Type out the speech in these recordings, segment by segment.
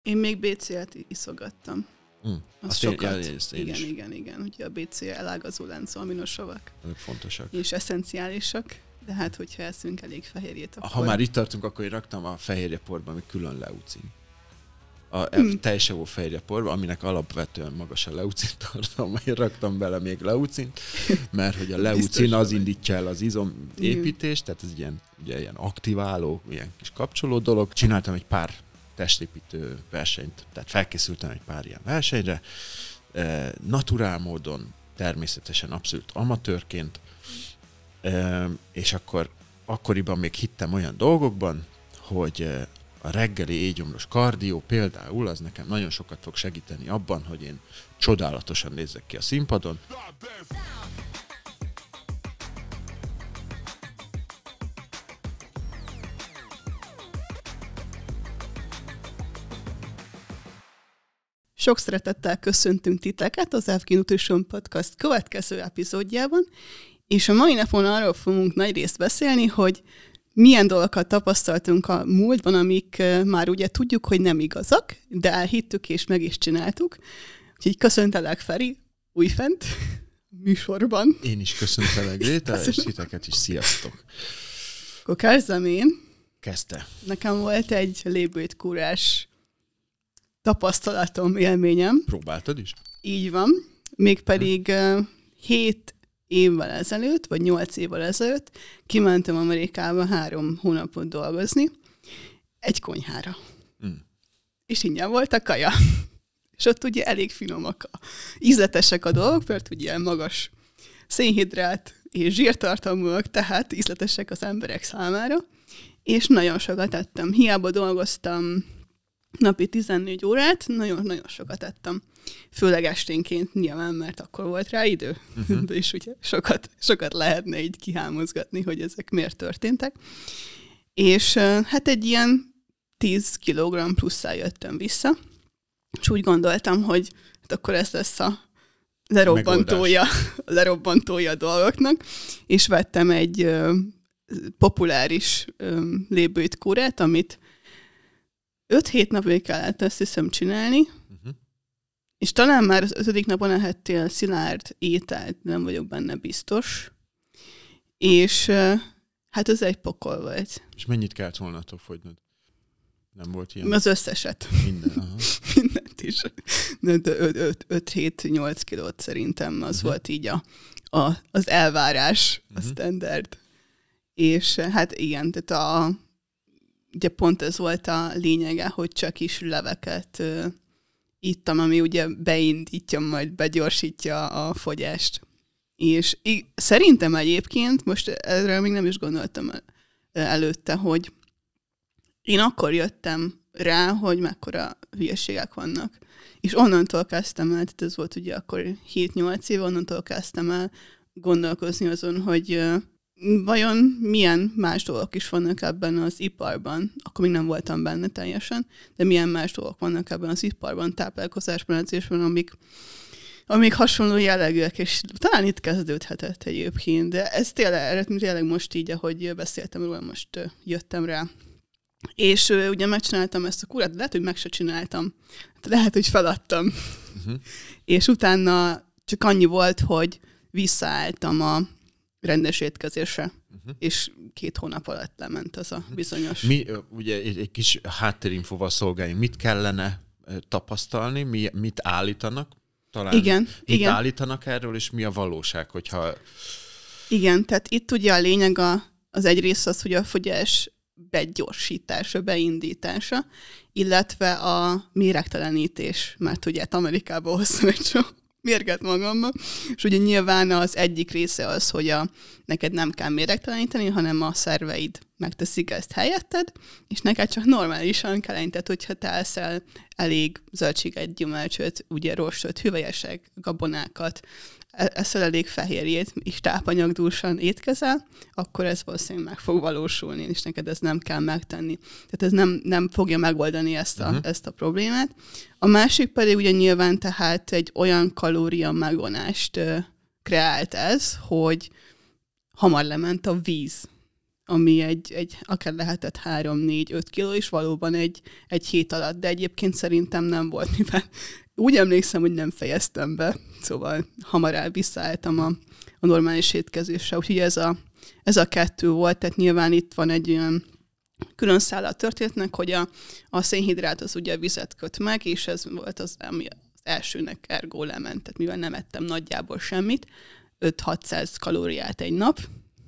Én még BCL-t iszogattam. Az sokat. Igen. Ugye a BCL elágazó láncaminossavak. Ők fontosak. És eszenciálisak. De hát, hogyha eszünk elég fehérjét, akkor... Ha már itt tartunk, akkor én raktam a fehérjeporba még külön leucin. A teljesavó fehérjeporba, aminek alapvetően magas a leucin tartalma, én raktam bele még leucint, mert hogy a leucin az indítja el az izomépítést, tehát ez ilyen aktiváló, ilyen kis kapcsoló dolog. Csináltam egy pár testépítő versenyt, tehát felkészültem egy pár ilyen versenyre, naturál módon, természetesen abszolút amatőrként, és akkoriban még hittem olyan dolgokban, hogy a reggeli éjgyomros kardió például az nekem nagyon sokat fog segíteni abban, hogy én csodálatosan nézzek ki a színpadon. Sok szeretettel köszöntünk titeket az FG Nutrition Podcast következő epizódjában, és a mai napon arról fogunk nagy részt beszélni, hogy milyen dolgokat tapasztaltunk a múltban, amik már ugye tudjuk, hogy nem igazak, de elhittük és meg is csináltuk. Úgyhogy köszöntelek, Feri, újfent műsorban. Én is köszöntelek, Gréta, és titeket is, sziasztok! Akkor kezdem én. Kezdte. Nekem volt egy lébőjtkúrás tapasztalatom, élményem. Próbáltad is? Így van. Mégpedig 7 évvel ezelőtt, vagy 8 évvel ezelőtt kimentem Amerikába 3 hónapot dolgozni egy konyhára. És ingyen volt a kaja. És ott ugye elég finomak, ízletesek a dolgok, mert ugye ilyen magas szénhidrát és zsírtartalmúak, tehát ízletesek az emberek számára. És nagyon sokat ettem. Hiába dolgoztam napi 14 órát, nagyon-nagyon sokat ettem. Főleg esténként nyilván, mert akkor volt rá idő. De is ugye sokat lehetne így kihámozgatni, hogy ezek miért történtek. És hát egy ilyen 10 kg plusszal jöttem vissza, és úgy gondoltam, hogy hát akkor ez lesz a lerobbantója a dolgoknak, és vettem egy populáris lébőjtkúrát, amit 5-7 napig kellett, azt hiszem, csinálni, és talán már az 5. napon ehettél szilárd ételt, nem vagyok benne biztos, és hát az egy pokol volt. És mennyit kellett volna attól fogynod? Nem volt ilyen? Az összeset. Minden, aha. Mindent is. 5-7-8 kilót szerintem az volt így az elvárás, a standard. És hát igen, tehát ugye pont ez volt a lényege, hogy csak is leveket ittam, ami ugye beindítja, majd begyorsítja a fogyást. És szerintem egyébként, most erről még nem is gondoltam előtte, hogy én akkor jöttem rá, hogy mekkora hülyeségek vannak. És onnantól kezdtem el, tehát ez volt ugye akkor 7-8 év, onnantól kezdtem el gondolkozni azon, hogy vajon milyen más dolgok is vannak ebben az iparban, akkor még nem voltam benne teljesen, de milyen más dolgok vannak ebben az iparban, táplálkozásban, edzésben, amik hasonló jellegűek, és talán itt kezdődhetett egyébként, de ez tényleg most így, ahogy beszéltem róla, most jöttem rá. És ugye megcsináltam ezt a kurát, de lehet, hogy meg se csináltam. Lehet, hogy feladtam. És utána csak annyi volt, hogy visszaálltam a rendes étkezésre, és 2 hónap alatt lement az a bizonyos... Mi ugye egy kis háttérinfóval szolgáljunk. Mit kellene tapasztalni? Mit állítanak? Talán igen. Állítanak erről, és mi a valóság, hogyha... Igen, tehát itt ugye a lényeg az egyrészt az, hogy a fogyás begyorsítása, beindítása, illetve a méregtelenítés, mert ugye Amerikából hoztam egy sok mérget magammal, és ugye nyilván az egyik része az, hogy neked nem kell méregteleníteni, hanem a szerveid megteszik ezt helyetted, és neked csak normálisan kell enni, tehát hogyha te eszel elég zöldséget, gyümölcsöt, ugye rostolt hüvelyesek, gabonákat, eszel elég fehérjét, és tápanyagdúsan étkezel, akkor ez valószínűleg meg fog valósulni, és neked ezt nem kell megtenni. Tehát ez nem fogja megoldani ezt a problémát. A másik pedig ugye nyilván tehát egy olyan kalória megvonást kreált ez, hogy hamar lement a víz ami egy akár lehetett 3-4-5 kiló is valóban egy hét alatt, de egyébként szerintem nem volt, mivel úgy emlékszem, hogy nem fejeztem be, szóval hamar visszaálltam a normális étkezésre, úgyhogy ez a kettő volt, tehát nyilván itt van egy olyan külön szála a történetnek, hogy a szénhidrát az ugye vizet köt meg, és ez volt az, ami az elsőnek ergo lement, tehát mivel nem ettem nagyjából semmit, 5-600 kalóriát egy nap,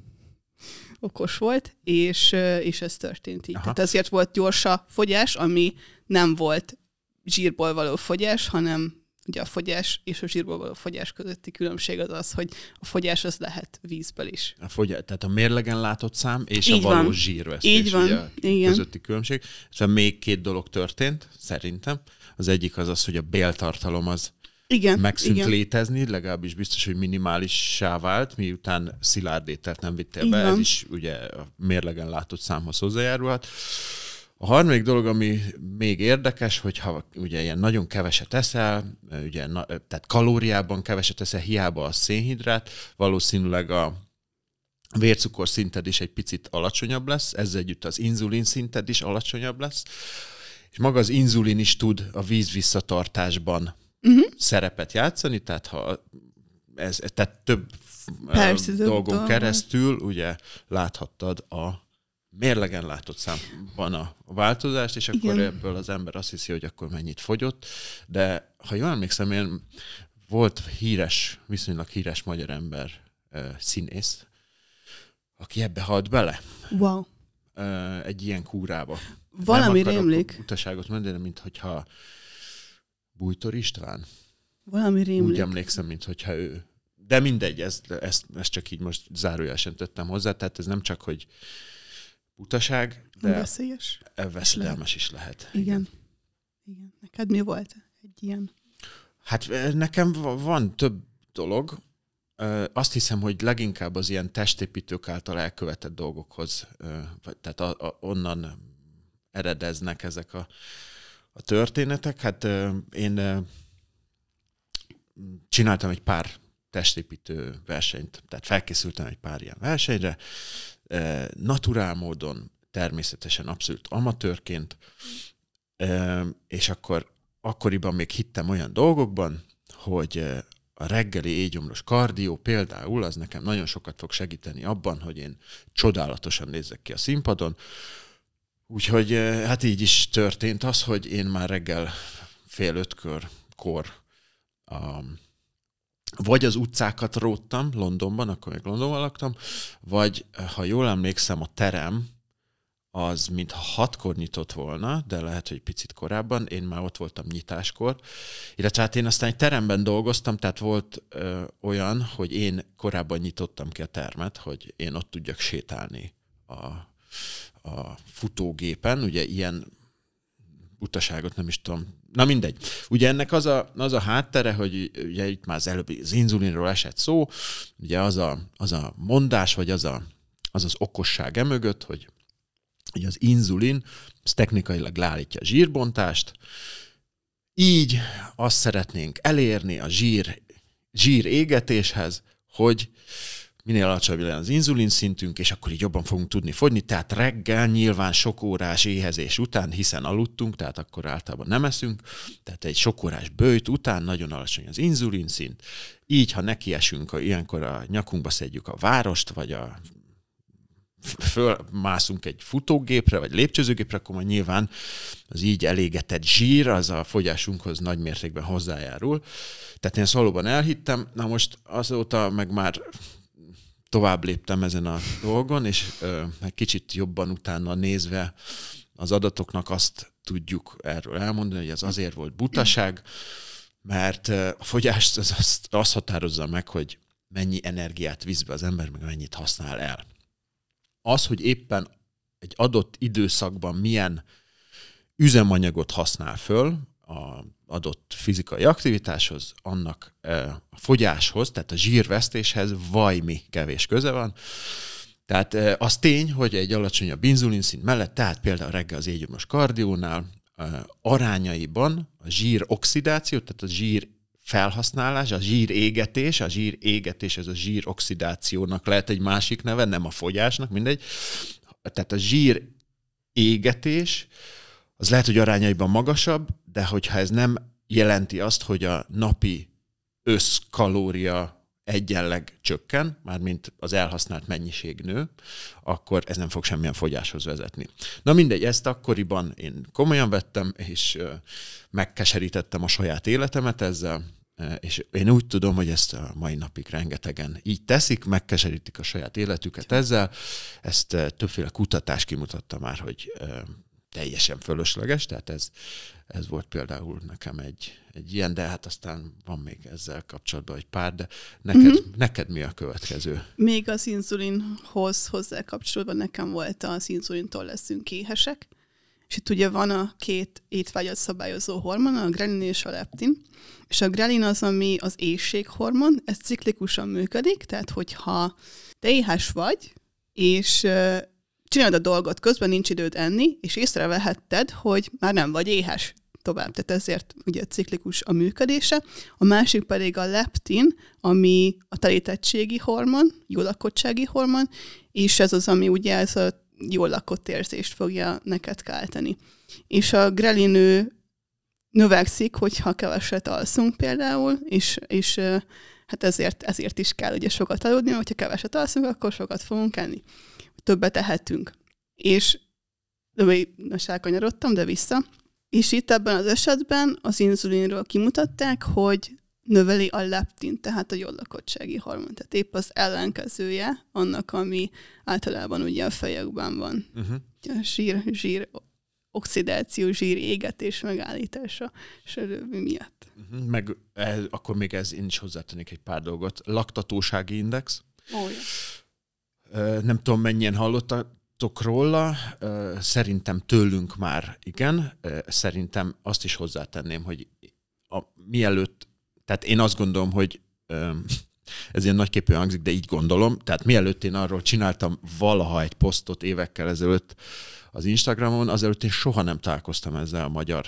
okos volt, és ez történt így. Aha. Tehát ezért volt gyors a fogyás, ami nem volt zsírból való fogyás, hanem ugye a fogyás és a zsírból való fogyás közötti különbség az, hogy a fogyás az lehet vízből is. Tehát a mérlegen látott szám és így a való van. zsírvesztés. Így van. Ugye, igen. Közötti különbség. Szóval még 2 dolog történt, szerintem. Az egyik az, hogy a béltartalom az megszűnt létezni, legalábbis biztos, hogy minimálissá vált, miután szilárd ételt nem vittél be, ez is ugye a mérlegen látott számhoz hozzájárulhat. A harmadik dolog, ami még érdekes, hogyha ugye ilyen nagyon keveset eszel, ugye, tehát kalóriában keveset eszel, hiába a szénhidrát, valószínűleg a vércukor szinted is egy picit alacsonyabb lesz, ezzel együtt az inzulin szinted is alacsonyabb lesz, és maga az inzulin is tud a vízvisszatartásban szerepet játszani, tehát ha tehát több dolgon keresztül ugye láthattad a mérlegen látott számban a változást, és akkor ebből az ember azt hiszi, hogy akkor mennyit fogyott, de ha jól emlékszem, én volt viszonylag híres magyar ember, színész, aki ebbe halt bele. Wow. Egy ilyen kúrába. Valami rémlik. Utaságot mondani, mint hogyha Bújtor István. Valami rémlik. Úgy emlékszem, mint hogyha ő. De mindegy, ezt csak így most zárójelesen tettem hozzá, tehát ez nem csak, hogy butaság, de veszélyes. Veszedelmes is lehet. Igen. Neked mi volt egy ilyen? Hát nekem van több dolog. Azt hiszem, hogy leginkább az ilyen testépítők által elkövetett dolgokhoz, tehát onnan eredeznek ezek a történetek. Hát én csináltam egy pár testépítő versenyt, tehát felkészültem egy pár ilyen versenyre, naturál módon, természetesen abszolút amatőrként, és akkoriban még hittem olyan dolgokban, hogy a reggeli éjgyomros kardió például, az nekem nagyon sokat fog segíteni abban, hogy én csodálatosan nézzek ki a színpadon. Úgyhogy hát így is történt az, hogy én már reggel 4:30 vagy az utcákat róttam Londonban, akkor még Londonban laktam, vagy ha jól emlékszem, a terem az mintha 6-kor nyitott volna, de lehet, hogy picit korábban, én már ott voltam nyitáskor. Illetve hát én aztán egy teremben dolgoztam, tehát volt olyan, hogy én korábban nyitottam ki a termet, hogy én ott tudjak sétálni a futógépen, ugye ilyen utaságot nem is tudom. Na mindegy. Ugye ennek az a háttere, hogy ugye itt már az előbb az inzulinról esett szó, ugye az a mondás, vagy az az okosság emögött, hogy az inzulin, az technikailag leállítja a zsírbontást, így azt szeretnénk elérni a zsír égetéshez, hogy minél alacsonyabb legyen az inzulin szintünk, és akkor így jobban fogunk tudni fogyni. Tehát reggel nyilván sok órás éhezés után, hiszen aludtunk, tehát akkor általában nem eszünk, tehát egy sok órás böjt után nagyon alacsony az inzulin szint. Így, ha nekiesünk, ilyenkor a nyakunkba szedjük a várost, vagy fölmászunk egy futógépre, vagy lépcsőzőgépre, akkor majd nyilván az így elégetett zsír, az a fogyásunkhoz nagy mértékben hozzájárul. Tehát én ezt valóban elhittem, na most azóta meg már tovább léptem ezen a dolgon, és egy kicsit jobban utána nézve az adatoknak azt tudjuk erről elmondani, hogy ez azért volt butaság, mert a fogyást azt határozza meg, hogy mennyi energiát visz be az ember, meg mennyit használ el. Az, hogy éppen egy adott időszakban milyen üzemanyagot használ föl az adott fizikai aktivitáshoz, annak a fogyáshoz, tehát a zsírvesztéshez vajmi kevés köze van. Tehát az tény, hogy egy alacsonyabb inzulinszint mellett, tehát például reggel az éjgyomros kardiónál arányaiban a zsír oxidáció, tehát a zsír felhasználás, a zsírégetés, ez a zsíroxidációnak lehet egy másik neve, nem a fogyásnak, mindegy. Tehát a zsírégetés az lehet, hogy arányaiban magasabb, de hogyha ez nem jelenti azt, hogy a napi összkalória egyenleg csökken, mármint az elhasznált mennyiség nő, akkor ez nem fog semmilyen fogyáshoz vezetni. Na mindegy, ezt akkoriban én komolyan vettem, és megkeserítettem a saját életemet ezzel, és én úgy tudom, hogy ezt a mai napig rengetegen így teszik, megkeserítik a saját életüket ezzel. Ezt többféle kutatás kimutatta már, hogy teljesen fölösleges, tehát ez volt például nekem egy ilyen, de hát aztán van még ezzel kapcsolatban egy pár, de neked mi a következő? Még az inzulinhoz hozzá kapcsolatban nekem volt az inzulintól leszünk éhesek, és itt ugye van a két étvágyat szabályozó hormon, a grelin és a leptin, és a grelin az, ami az éhséghormon, ez ciklikusan működik, tehát hogyha te éhes vagy, és csinálod a dolgot, közben nincs időd enni, és észrevehetted, hogy már nem vagy éhes tovább. Tehát ezért ugye ciklikus a működése. A másik pedig a leptin, ami a telítettségi hormon, jól lakottsági hormon, és ez az, ami ugye ez a jól lakott érzést fogja neked káltani. És a grelin növekszik, hogyha keveset alszunk például, és hát ezért is kell ugye sokat aludni, mert hogyha keveset alszunk, akkor sokat fogunk enni. Többet ehetünk. És most elkanyarodtam, de vissza. És itt ebben az esetben az inzulinról kimutatták, hogy növeli a leptin, tehát a jól lakottsági hormon. Tehát épp az ellenkezője annak, ami általában ugye a fejekben van. A zsír oxidáció, zsír égetés megállítása stb. Miatt. Meg akkor még én is hozzátennék egy pár dolgot. Laktatósági index. Nem tudom, mennyien hallottatok róla, szerintem tőlünk már igen, szerintem azt is hozzátenném, hogy mielőtt, tehát én azt gondolom, hogy ez ilyen nagyképűen hangzik, de így gondolom, tehát mielőtt én arról csináltam valaha egy posztot évekkel ezelőtt az Instagramon, azelőtt én soha nem találkoztam ezzel a magyar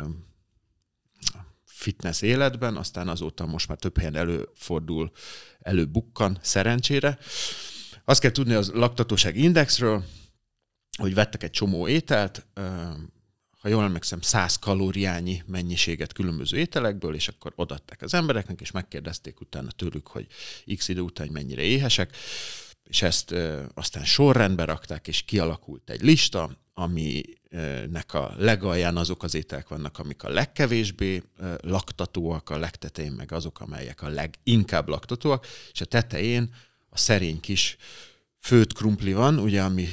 fitness életben, aztán azóta most már több helyen előbukkan szerencsére. Azt kell tudni az laktatóság indexről, hogy vettek egy csomó ételt, ha jól emlékszem, 100 kalóriányi mennyiséget különböző ételekből, és akkor odaadták az embereknek, és megkérdezték utána tőlük, hogy x idő után mennyire éhesek, és ezt aztán sorrendbe rakták, és kialakult egy lista, aminek a legalján azok az ételek vannak, amik a legkevésbé laktatóak, a legtetején meg azok, amelyek a leginkább laktatóak, és a tetején a szerény kis főtt krumpli van, ugye, ami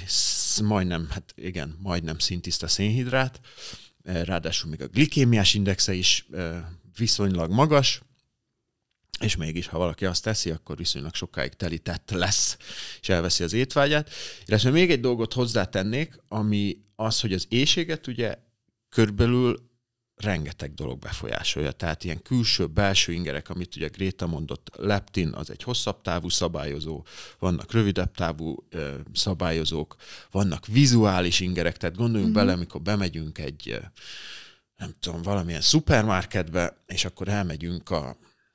majdnem szintiszta szénhidrát, ráadásul még a glikémiás indexe is viszonylag magas, és mégis, ha valaki azt teszi, akkor viszonylag sokáig telített lesz, és elveszi az étvágyát. Illetve még egy dolgot hozzátennék, ami az, hogy az éhséget ugye körülbelül rengeteg dolog befolyásolja. Tehát ilyen külső-belső ingerek, amit ugye Gréta mondott, leptin, az egy hosszabb távú szabályozó, vannak rövidebb távú szabályozók, vannak vizuális ingerek, tehát gondoljunk bele, amikor bemegyünk egy, nem tudom, valamilyen szupermarketbe, és akkor elmegyünk a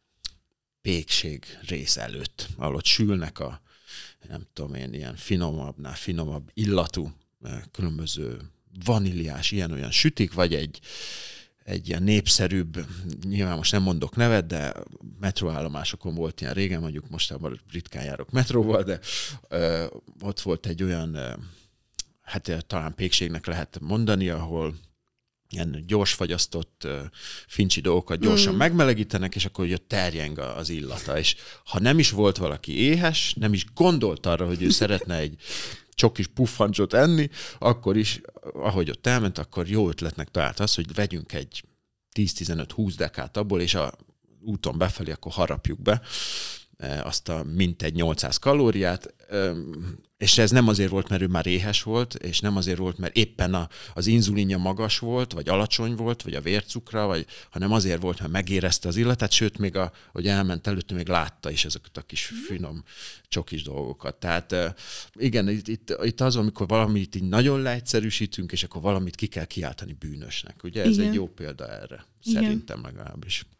pékség rész előtt, ahol ott sülnek a, nem tudom én, ilyen finomabbnál finomabb illatú, különböző vaníliás, ilyen-olyan sütik, vagy egy ilyen népszerűbb, nyilván most nem mondok nevet, de metróállomásokon volt ilyen régen, mondjuk mostában ritkán járok metróval, de ott volt egy olyan, hát talán pékségnek lehet mondani, ahol ilyen gyorsfagyasztott fincsi dolgokat gyorsan megmelegítenek, és akkor jött terjeng az illata. És ha nem is volt valaki éhes, nem is gondolt arra, hogy ő szeretne egy csokis puffancsot enni, akkor is, ahogy ott elment, akkor jó ötletnek talált az, hogy vegyünk egy 10-15-20 dekát abból, és a úton befelé akkor harapjuk be azt a mintegy 800 kalóriát, és ez nem azért volt, mert ő már éhes volt, és nem azért volt, mert éppen az inzulinja magas volt, vagy alacsony volt, vagy a vércukra, hanem azért volt, mert megérezte az illatát, sőt, még hogy elment előtte, még látta is ezeket a kis finom csokis dolgokat. Tehát igen, itt az, amikor valamit így nagyon leegyszerűsítünk, és akkor valamit ki kell kiáltani bűnösnek. Ugye ez egy jó példa erre, szerintem legalábbis.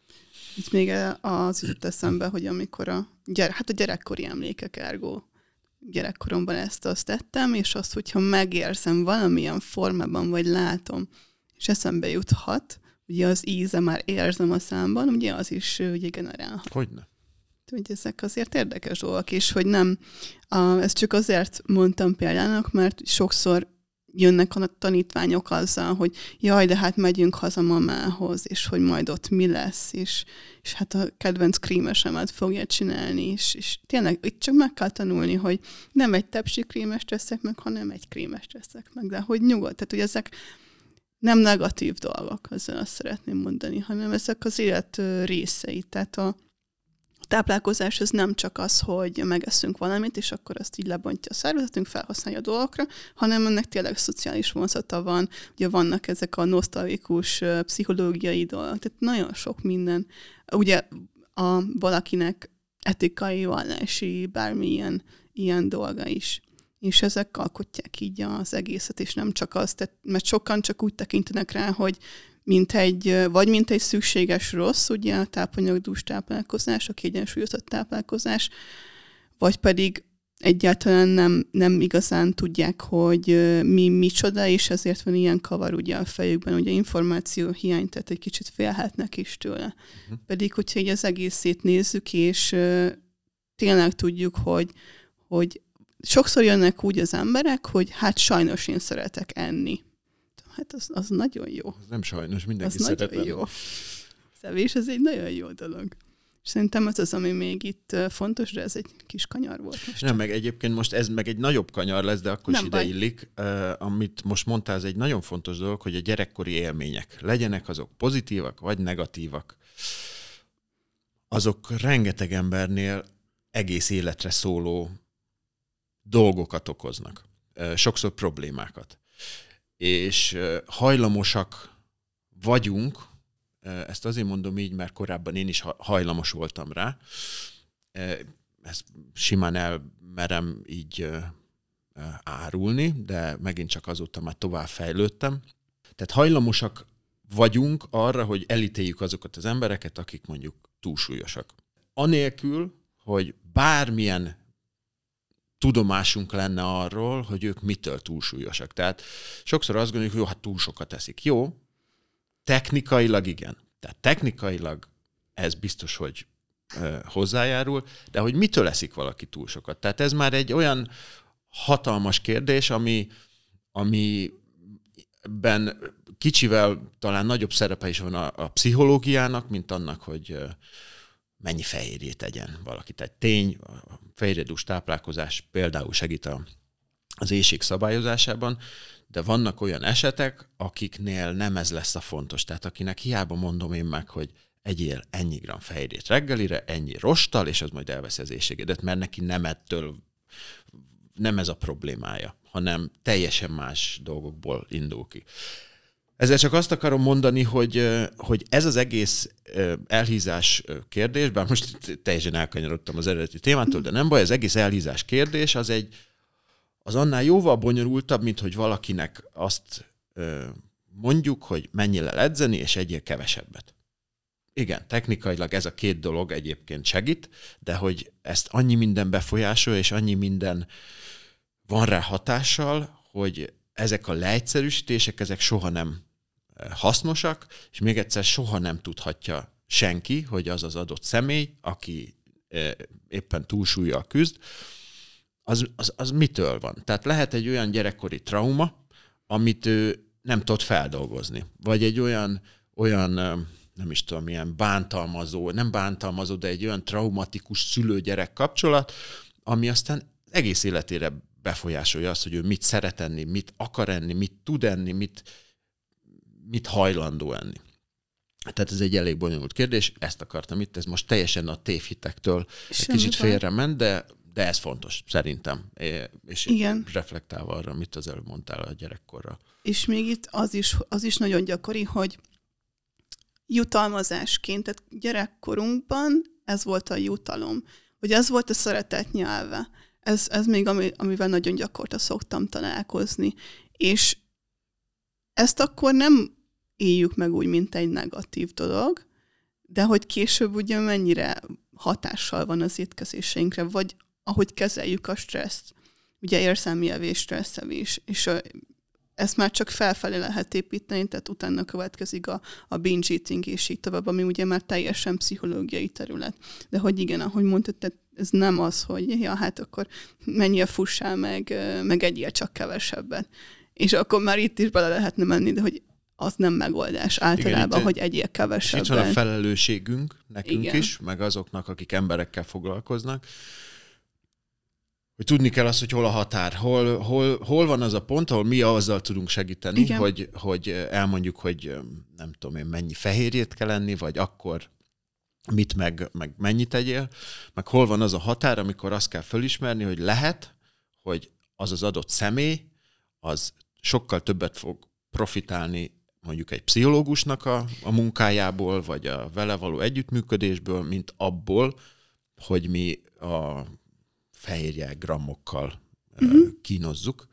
Itt még az jutott eszembe, hogy amikor a gyerekkori emlékek ergo gyerekkoromban ezt-azt tettem, és azt, hogyha megérzem valamilyen formában, vagy látom, és eszembe juthat, ugye az íze már érzem a számban, ugye az is ugye generálhat. Hogyne? Hogy ezek azért érdekes dolgok, és hogy nem, ezt csak azért mondtam példának, mert sokszor jönnek a tanítványok azzal, hogy jaj, de hát megyünk haza mamához, és hogy majd ott mi lesz, és hát a kedvenc krímesemet fogja csinálni, és tényleg itt csak meg kell tanulni, hogy nem egy tepsi krímest teszek meg, hanem egy krímest teszek meg, de hogy nyugodt, tehát hogy ezek nem negatív dolgok, azt szeretném mondani, hanem ezek az élet részei, tehát a táplálkozás az nem csak az, hogy megeszünk valamit, és akkor azt így lebontja a szervezetünk, felhasználja a dolgokra, hanem ennek tényleg szociális vonzata van. Ugye vannak ezek a nosztalgikus pszichológiai dolgok, tehát nagyon sok minden. Ugye valakinek etikai, vallási, bármilyen ilyen dolga is. És ezek alkotják így az egészet, és nem csak azt, mert sokan csak úgy tekintenek rá, hogy mint egy szükséges rossz, ugye a tápanyagdús táplálkozás, a kiegyensúlyozott táplálkozás, vagy pedig egyáltalán nem igazán tudják, hogy mi micsoda, és ezért van ilyen kavar ugye a fejükben, ugye információ hiány, tehát egy kicsit félhetnek is tőle. Pedig, hogyha így az egészét nézzük, és tényleg tudjuk, hogy sokszor jönnek úgy az emberek, hogy hát sajnos én szeretek enni. Hát az nagyon jó. Ez nem sajnos, mindenki szeret enni. Nagyon jó. Szevés, ez egy nagyon jó dolog. És szerintem az, ami még itt fontos, de ez egy kis kanyar volt most. Nem, meg egyébként most ez meg egy nagyobb kanyar lesz, de akkor is ide illik. Amit most mondtál, ez egy nagyon fontos dolog, hogy a gyerekkori élmények legyenek azok pozitívak vagy negatívak. Azok rengeteg embernél egész életre szóló dolgokat okoznak. Sokszor problémákat. És hajlamosak vagyunk, ezt azért mondom így, mert korábban én is hajlamos voltam rá, ezt simán elmerem így árulni, de megint csak azóta már tovább fejlődtem. Tehát hajlamosak vagyunk arra, hogy elítéljük azokat az embereket, akik mondjuk túlsúlyosak. Anélkül, hogy bármilyen tudomásunk lenne arról, hogy ők mitől túlsúlyosak. Tehát sokszor azt gondoljuk, hogy jó, hát túl sokat eszik. Jó, technikailag igen. Tehát technikailag ez biztos, hogy hozzájárul, de hogy mitől eszik valaki túl sokat. Tehát ez már egy olyan hatalmas kérdés, amiben kicsivel talán nagyobb szerepe is van a pszichológiának, mint annak, hogy mennyi fehérjét tegyen valaki. Tehát tény, a fehérjedús táplálkozás például segít az éhség szabályozásában, de vannak olyan esetek, akiknél nem ez lesz a fontos. Tehát akinek hiába mondom én meg, hogy egyél ennyi gram fehérjét reggelire, ennyi rosttal, és az majd elveszi az éhségedet, mert neki nem ez a problémája, hanem teljesen más dolgokból indul ki. Ezzel csak azt akarom mondani, hogy ez az egész elhízás kérdés, bár most teljesen elkanyarodtam az eredeti témától, de nem baj, az egész elhízás kérdés az annál jóval bonyolultabb, mint hogy valakinek azt mondjuk, hogy mennyire edzeni, és egyél kevesebbet. Igen, technikailag ez a két dolog egyébként segít, de hogy ezt annyi minden befolyásol, és annyi minden van rá hatással, hogy ezek a leegyszerűsítések, ezek soha nem hasznosak, és még egyszer soha nem tudhatja senki, hogy az az adott személy, aki éppen túlsúllyal küzd, az mitől van. Tehát lehet egy olyan gyerekkori trauma, amit ő nem tud feldolgozni. Vagy egy olyan nem is tudom, milyen nem bántalmazó, de egy olyan traumatikus szülő-gyerek kapcsolat, ami aztán egész életére befolyásolja azt, hogy ő mit szeret enni, mit akar enni, mit tud enni, mit hajlandó enni. Tehát ez egy elég bonyolult kérdés, ezt akartam itt, ez most teljesen a tévhitektől egy kicsit félrement, de ez fontos, szerintem. És igen. Reflektálva arra, amit az előbb mondtál a gyerekkorra. És még itt az is nagyon gyakori, hogy jutalmazásként, tehát gyerekkorunkban ez volt a jutalom, hogy ez volt a szeretet nyelve. Ez még amivel nagyon gyakorta szoktam találkozni. És ezt akkor nem éljük meg úgy, mint egy negatív dolog, de hogy később ugye mennyire hatással van az étkezéseinkre, vagy ahogy kezeljük a stresszt. Ugye érzelmievés, stresszevés, és ezt már csak felfelé lehet építeni, tehát utána következik a binge eating, és így tovább, ami ugye már teljesen pszichológiai terület. De hogy igen, ahogy mondtad, tehát ez nem az, hogy ja, hát akkor menjél, fussál meg egyél csak kevesebbet. És akkor már itt is bele lehetne menni, de hogy az nem megoldás általában, igen, hogy egyél kevesebbet. És itt van a felelősségünk nekünk igen. is, meg azoknak, akik emberekkel foglalkoznak, hogy tudni kell azt, hogy hol a határ, hol van az a pont, ahol mi azzal tudunk segíteni, hogy elmondjuk, hogy nem tudom én, mennyi fehérjét kell enni, vagy akkor mit meg mennyit tegyél, meg hol van az a határ, amikor azt kell fölismerni, hogy lehet, hogy az az adott személy, az sokkal többet fog profitálni mondjuk egy pszichológusnak a munkájából, vagy a vele való együttműködésből, mint abból, hogy mi a fehérje grammokkal kínozzuk.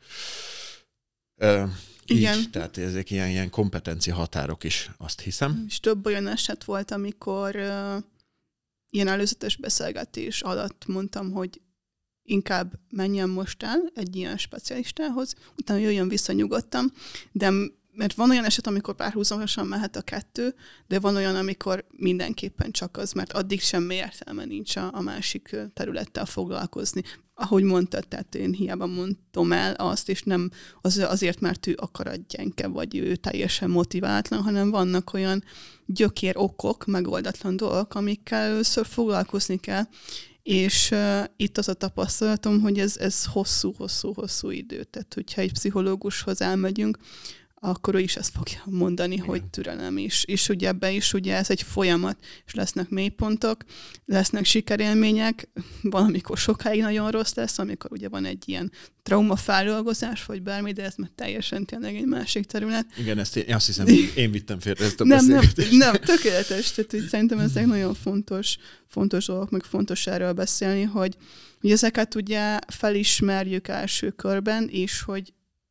Igen. Így, tehát ezek ilyen kompetencia határok is, azt hiszem. És több olyan eset volt, amikor ilyen előzetes beszélgetés alatt mondtam, hogy inkább menjen most el egy ilyen specialistához, utána jöjjön vissza nyugodtan, de mert van olyan eset, amikor párhuzamosan mehet a kettő, de van olyan, amikor mindenképpen csak az, mert addig semmi értelme nincs a másik területtel foglalkozni. Ahogy mondtad, tehát én hiába mondtam el azt, és nem azért, mert ő akaratgyenke, vagy ő teljesen motiváltlan, hanem vannak olyan gyökér okok, megoldatlan dolgok, amikkel először foglalkozni kell, és itt az a tapasztalatom, hogy ez hosszú idő. Tehát, hogyha egy pszichológushoz elmegyünk, akkor ő is ezt fogja mondani, igen. hogy türelem is. És ugye ebben is ugye ez egy folyamat, és lesznek mélypontok, lesznek sikerélmények, valamikor sokáig nagyon rossz lesz, amikor ugye van egy ilyen traumafeldolgozás, vagy bármi, de ez már teljesen tényleg egy másik terület. Igen, ezt azt hiszem, én vittem félre ezt a beszélgetést. Nem, tökéletes. Tehát hogy szerintem ezek nagyon fontos dolgok, meg fontos erről beszélni, hogy ezeket ugye felismerjük első körben, és hogy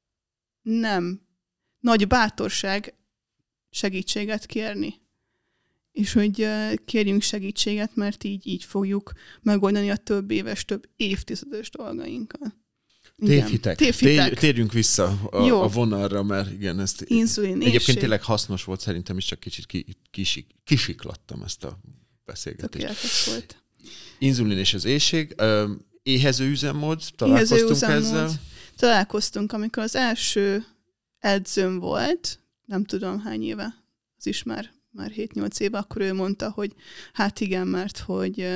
nem nagy bátorság segítséget kérni. És hogy kérjünk segítséget, mert így fogjuk megoldani a több éves, több évtizedes dolgainkat. Tévhitek. Térjünk vissza a vonalra, mert igen, ezt egyébként tényleg hasznos volt, szerintem is csak kicsit kisiklattam ezt a beszélgetést. Tökéletes volt. Inzulin és az éhség. Éhező üzemmód, találkoztunk ezzel? Találkoztunk, amikor az első edzőm volt, nem tudom hány éve, az is már 7-8 éve, akkor ő mondta, hogy hát igen, mert hogy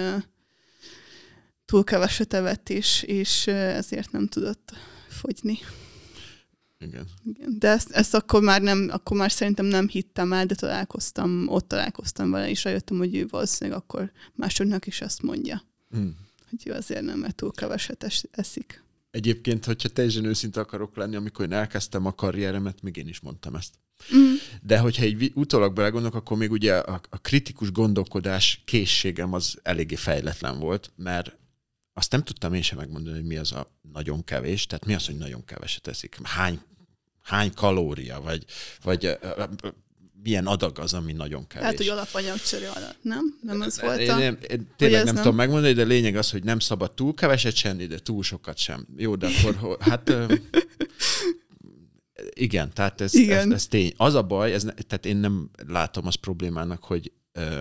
túl keveset evett, és ezért nem tudott fogyni. Igen. De ezt akkor már szerintem nem hittem el, de ott találkoztam vele, és rájöttem, hogy ő valószínűleg akkor másoknak is ezt mondja. Hogy ő azért nem, mert túl keveset eszik. Egyébként, hogyha teljesen őszinte akarok lenni, amikor én elkezdtem a karrieremet, még én is mondtam ezt. De hogyha egy utólag belegondolok, akkor még ugye a kritikus gondolkodás készségem az eléggé fejletlen volt, mert azt nem tudtam én sem megmondani, hogy mi az a nagyon kevés, tehát mi az, hogy nagyon keveset eszik. Hány kalória, vagy milyen adag az, ami nagyon kevés. Hát, hogy alapanyagcsere alatt, nem? Nem az volt én tényleg nem tudom megmondani, de lényeg az, hogy nem szabad túl keveset sem, de túl sokat sem. Jó, de akkor hát igen, tehát ez tény. Az a baj, tehát én nem látom azt problémának, hogy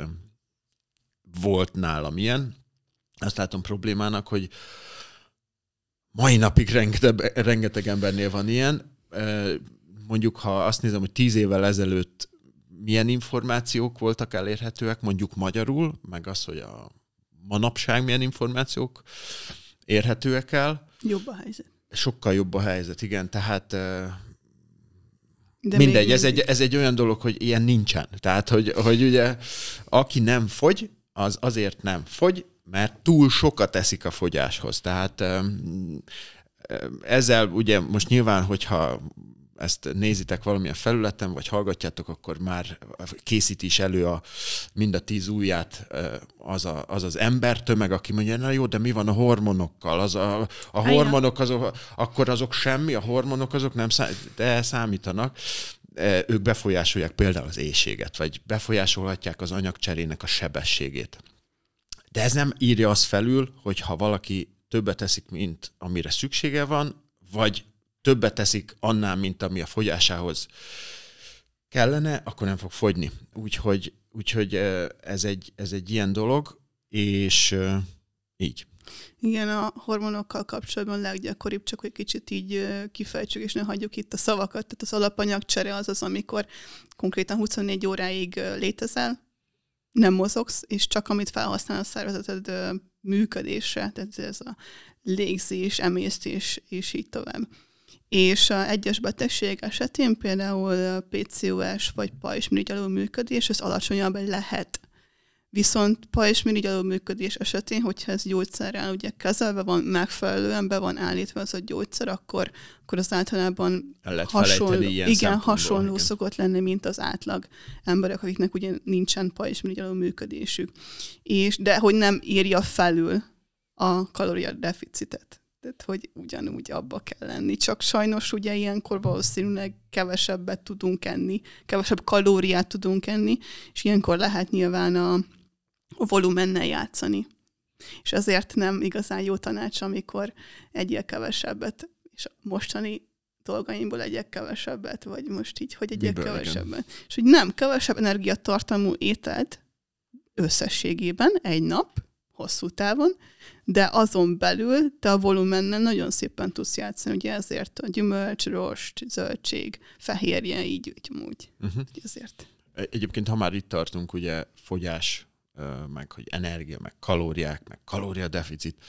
volt nálam ilyen. Azt látom problémának, hogy mai napig rengeteg embernél van ilyen. Mondjuk, ha azt nézem, hogy 10 évvel ezelőtt milyen információk voltak elérhetőek, mondjuk magyarul, meg az, hogy a manapság milyen információk érhetőek el. Jobb a helyzet. Sokkal jobb a helyzet, igen. Tehát mindegy, ez egy olyan dolog, hogy ilyen nincsen. Tehát, hogy ugye aki nem fogy, az azért nem fogy, mert túl sokat eszik a fogyáshoz. Tehát ezzel ugye most nyilván, hogyha ezt nézitek valamilyen felületen, vagy hallgatjátok, akkor már készít is elő mind a 10 ujját az embertömeg, aki mondja, na jó, de mi van a hormonokkal? A hormonok azok, akkor azok semmi, a hormonok azok nem de számítanak. ők befolyásolják például az éhséget, vagy befolyásolhatják az anyagcserének a sebességét. De ez nem írja azt felül, hogy ha valaki többet eszik, mint amire szüksége van, vagy többet teszik annál, mint ami a fogyásához kellene, akkor nem fog fogyni. Úgyhogy ez egy ilyen dolog, és így. Igen, a hormonokkal kapcsolatban leggyakoribb, csak hogy kicsit így kifejtsük, és ne hagyjuk itt a szavakat. Tehát az alapanyagcsere az, amikor konkrétan 24 óráig létezel, nem mozogsz, és csak amit felhasznál a szervezeted működésre, tehát ez a légzés, emésztés, és így tovább. És a egyes betegség esetén például PCOS vagy pajzsmirigy alulműködés, ez alacsonyabb lehet. Viszont pajzsmirigy alulműködés esetén, hogyha ez gyógyszerrel ugye kezelve van, megfelelően be van állítva az a gyógyszer, akkor az általában hasonló szokott lenni, mint az átlag emberek, akiknek ugye nincsen pajzsmirigy alulműködésük. De hogy nem írja felül a kalóriadeficitet. Tehát, hogy ugyanúgy abba kell lenni. Csak sajnos ugye ilyenkor valószínűleg kevesebbet tudunk enni, kevesebb kalóriát tudunk enni, és ilyenkor lehet nyilván a volumennel játszani. És ezért nem igazán jó tanács, amikor egyél kevesebbet, és mostani dolgaimból egyek kevesebbet, vagy most így, hogy egyek kevesebbet. Igen. És hogy nem, kevesebb energiatartalmú ételt összességében egy nap, hosszú távon, de azon belül te a volumennel nagyon szépen tudsz játszani, ugye ezért a gyümölcs, rost, zöldség, fehérje, így úgy. Ezért. Egyébként, ha már itt tartunk, ugye fogyás, meg hogy energia, meg kalóriák, meg kalóriadeficit,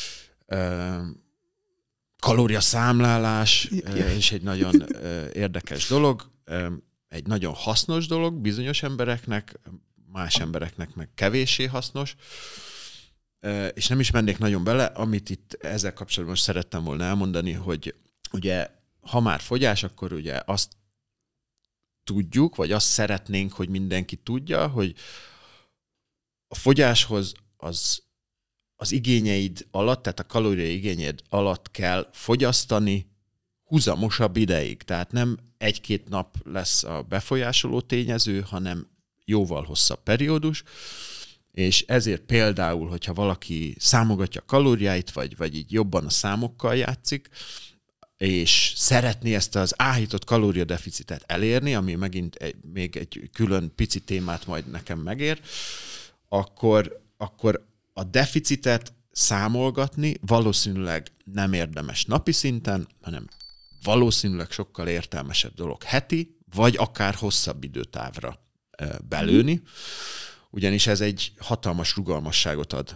kalóriaszámlálás, és egy nagyon érdekes dolog, egy nagyon hasznos dolog bizonyos embereknek, más embereknek meg kevéssé hasznos, és nem is mennék nagyon bele, amit itt ezzel kapcsolatban most szerettem volna elmondani, hogy ugye, ha már fogyás, akkor ugye azt tudjuk, vagy azt szeretnénk, hogy mindenki tudja, hogy a fogyáshoz az igényeid alatt, tehát a kalóriai igényed alatt kell fogyasztani húzamosabb ideig. Tehát nem 1-2 nap lesz a befolyásoló tényező, hanem jóval hosszabb periódus, és ezért például, hogyha valaki számogatja a kalóriáit, vagy így jobban a számokkal játszik, és szeretné ezt az áhított kalóriadeficitet elérni, ami megint még egy külön pici témát majd nekem megér, akkor a deficitet számolgatni valószínűleg nem érdemes napi szinten, hanem valószínűleg sokkal értelmesebb dolog heti, vagy akár hosszabb időtávra belőni, ugyanis ez egy hatalmas rugalmasságot ad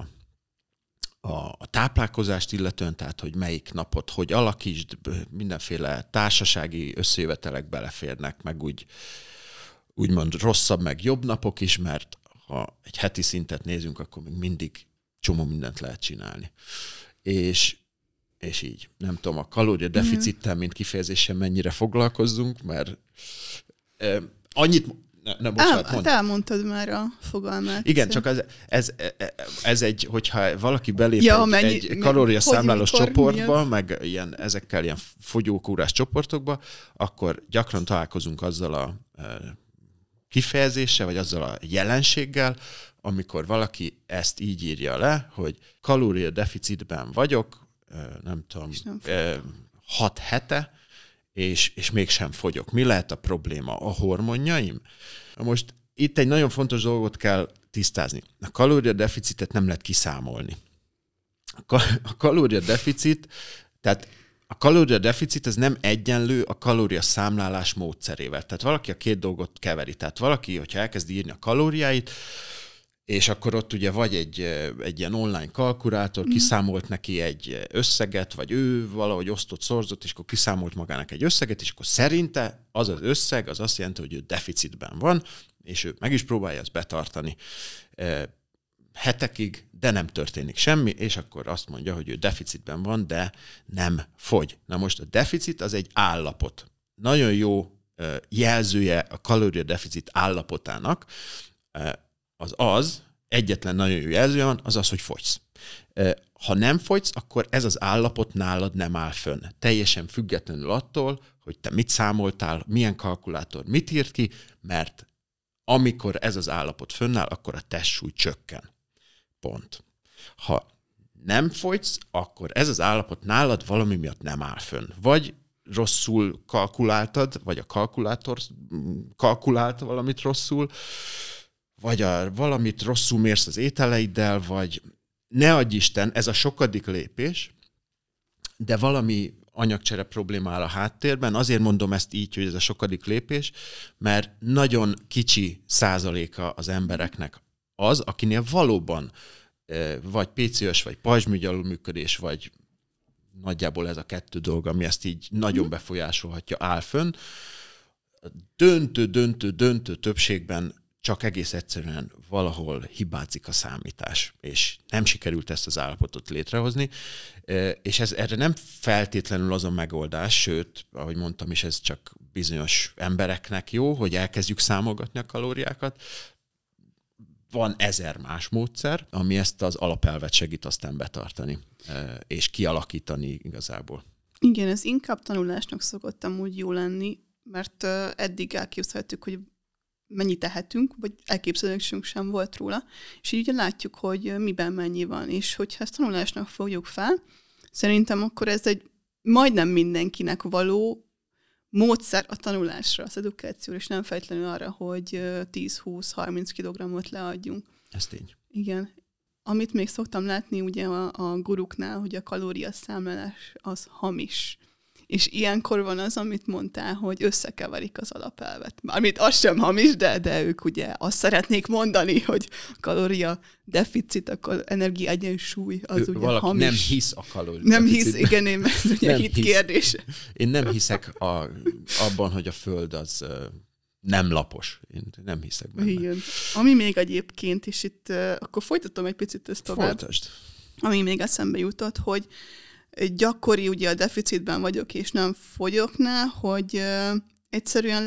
a táplálkozást illetően, tehát hogy melyik napot hogy alakítsd, mindenféle társasági összejövetelek beleférnek, meg úgymond rosszabb, meg jobb napok is, mert ha egy heti szintet nézünk, akkor még mindig csomó mindent lehet csinálni. És így, nem tudom, a kalóriadeficittel, mint kifejezésen mennyire foglalkozzunk, mert annyit... Bocsánat, te elmondtad már a fogalmát. Igen, csak ez egy, hogyha valaki belép egy kalóriaszámlálós csoportba, meg ezekkel ilyen fogyókúrás csoportokba, akkor gyakran találkozunk azzal a kifejezéssel, vagy azzal a jelenséggel, amikor valaki ezt így írja le, hogy kalóriadeficitben vagyok, nem tudom, 6 hete, és mégsem fogyok. Mi lehet a probléma? A hormonjaim? Most itt egy nagyon fontos dolgot kell tisztázni. A kalóriadeficitet nem lehet kiszámolni. A kalóriadeficit, tehát a kalóriadeficit ez nem egyenlő a kalóriaszámlálás módszerével. Tehát valaki a két dolgot keveri. Tehát valaki, hogyha elkezd írni a kalóriáit, és akkor ott ugye vagy egy ilyen online kalkulátor, kiszámolt neki egy összeget, vagy ő valahogy osztott, szorzott, és akkor kiszámolt magának egy összeget, és akkor szerinte az az összeg, az azt jelenti, hogy ő deficitben van, és ő meg is próbálja azt betartani hetekig, de nem történik semmi, és akkor azt mondja, hogy ő deficitben van, de nem fogy. Na most a deficit az egy állapot. Nagyon jó jelzője a kalóriadeficit állapotának, az egyetlen nagyon jó jelzője van, az, hogy fogysz. Ha nem fogysz, akkor ez az állapot nálad nem áll fönn. Teljesen függetlenül attól, hogy te mit számoltál, milyen kalkulátor mit írt ki, mert amikor ez az állapot fönnáll, akkor a testsúly csökken. Pont. Ha nem fogysz, akkor ez az állapot nálad valami miatt nem áll fönn. Vagy rosszul kalkuláltad, vagy a kalkulátor kalkulált valamit rosszul, vagy valamit rosszul mérsz az ételeiddel, vagy ne adj Isten, ez a sokadik lépés, de valami anyagcsere probléma áll a háttérben. Azért mondom ezt így, hogy ez a sokadik lépés, mert nagyon kicsi százaléka az embereknek az, akinél valóban vagy PCOS, vagy pajzsmirigy alulműködés, vagy nagyjából ez a kettő dolog, ami ezt így nagyon befolyásolhatja, áll fönn. A döntő többségben csak egész egyszerűen valahol hibázik a számítás, és nem sikerült ezt az állapotot létrehozni, és erre nem feltétlenül az a megoldás, sőt, ahogy mondtam is, ez csak bizonyos embereknek jó, hogy elkezdjük számolgatni a kalóriákat. Van 1000 más módszer, ami ezt az alapelvet segít aztán betartani, és kialakítani igazából. Igen, ez inkább tanulásnak szokott amúgy jó lenni, mert eddig elképzelhetük, hogy mennyit tehetünk, vagy elképzelésünk sem volt róla, és így ugye látjuk, hogy miben mennyi van, és hogyha ezt tanulásnak fogjuk fel, szerintem akkor ez egy majdnem mindenkinek való módszer a tanulásra, az edukációra, és nem feltétlenül arra, hogy 10-20-30 kilogramot leadjunk. Ez tény. Igen. Amit még szoktam látni ugye a guruknál, hogy a kalóriaszámlálás az hamis. És ilyenkor van az, amit mondtál, hogy összekeverik az alapelvet. Mármint az sem hamis, de ők ugye azt szeretnék mondani, hogy kalória deficit, akkor energia egyensúly, az ugye valaki hamis. nem hisz a kalória nem deficitben. hisz, igen, ez ugye hit kérdése. Én nem hiszek abban, hogy a Föld az nem lapos. Én nem hiszek benne. Igen. Ami még egyébként, és itt akkor folytatom egy picit ezt tovább. Folytasd. Ami még eszembe jutott, hogy gyakori, ugye a deficitben vagyok, és nem fogyoknál, hogy egyszerűen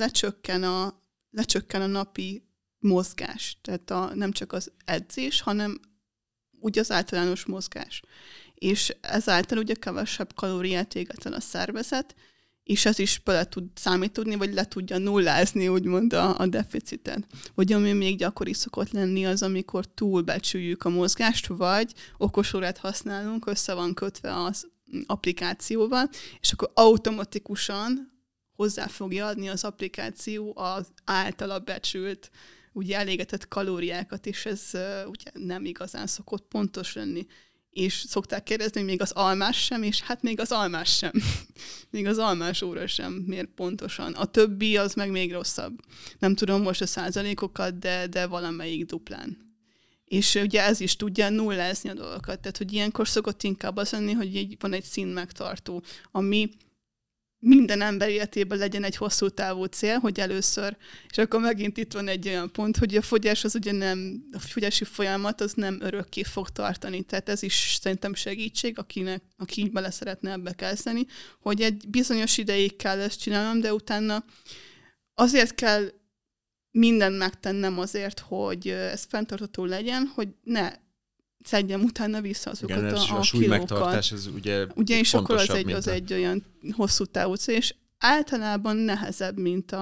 lecsökken a napi mozgás. Tehát nem csak az edzés, hanem úgy az általános mozgás. És ezáltal ugye kevesebb kalóriát éget el a szervezet, és ez is bele tud számítani, vagy le tudja nullázni, úgymond a deficitet. Vagy ami még gyakori szokott lenni az, amikor túlbecsüljük a mozgást, vagy okosórát használunk, össze van kötve az applikációval, és akkor automatikusan hozzá fogja adni az applikáció az általa becsült, ugye elégetett kalóriákat, és ez ugye nem igazán szokott pontos lenni. És szokták kérdezni, hogy még az almás sem, és hát még az almás sem. Még az almás óra sem mér pontosan. A többi az meg még rosszabb. Nem tudom most a százalékokat, de valamelyik duplán. És ugye ez is tudja nullázni a dolgokat. Tehát, hogy ilyenkor szokott inkább az lenni, hogy van egy szín megtartó, ami minden ember életében legyen egy hosszú távú cél, hogy először, és akkor megint itt van egy olyan pont, hogy a fogyás az ugye nem, a fogyási folyamat az nem örökké fog tartani. Tehát ez is szerintem segítség, aki így bele szeretne ebbe kezdeni, hogy egy bizonyos ideig kell ezt csinálnom, de utána azért kell mindent megtennem azért, hogy ez fenntartható legyen, hogy ne szedjem utána vissza azokat igen, a súly kilókat. Megtartás, ez ugye és akkor az a... egy olyan hosszú távú cél, és általában nehezebb,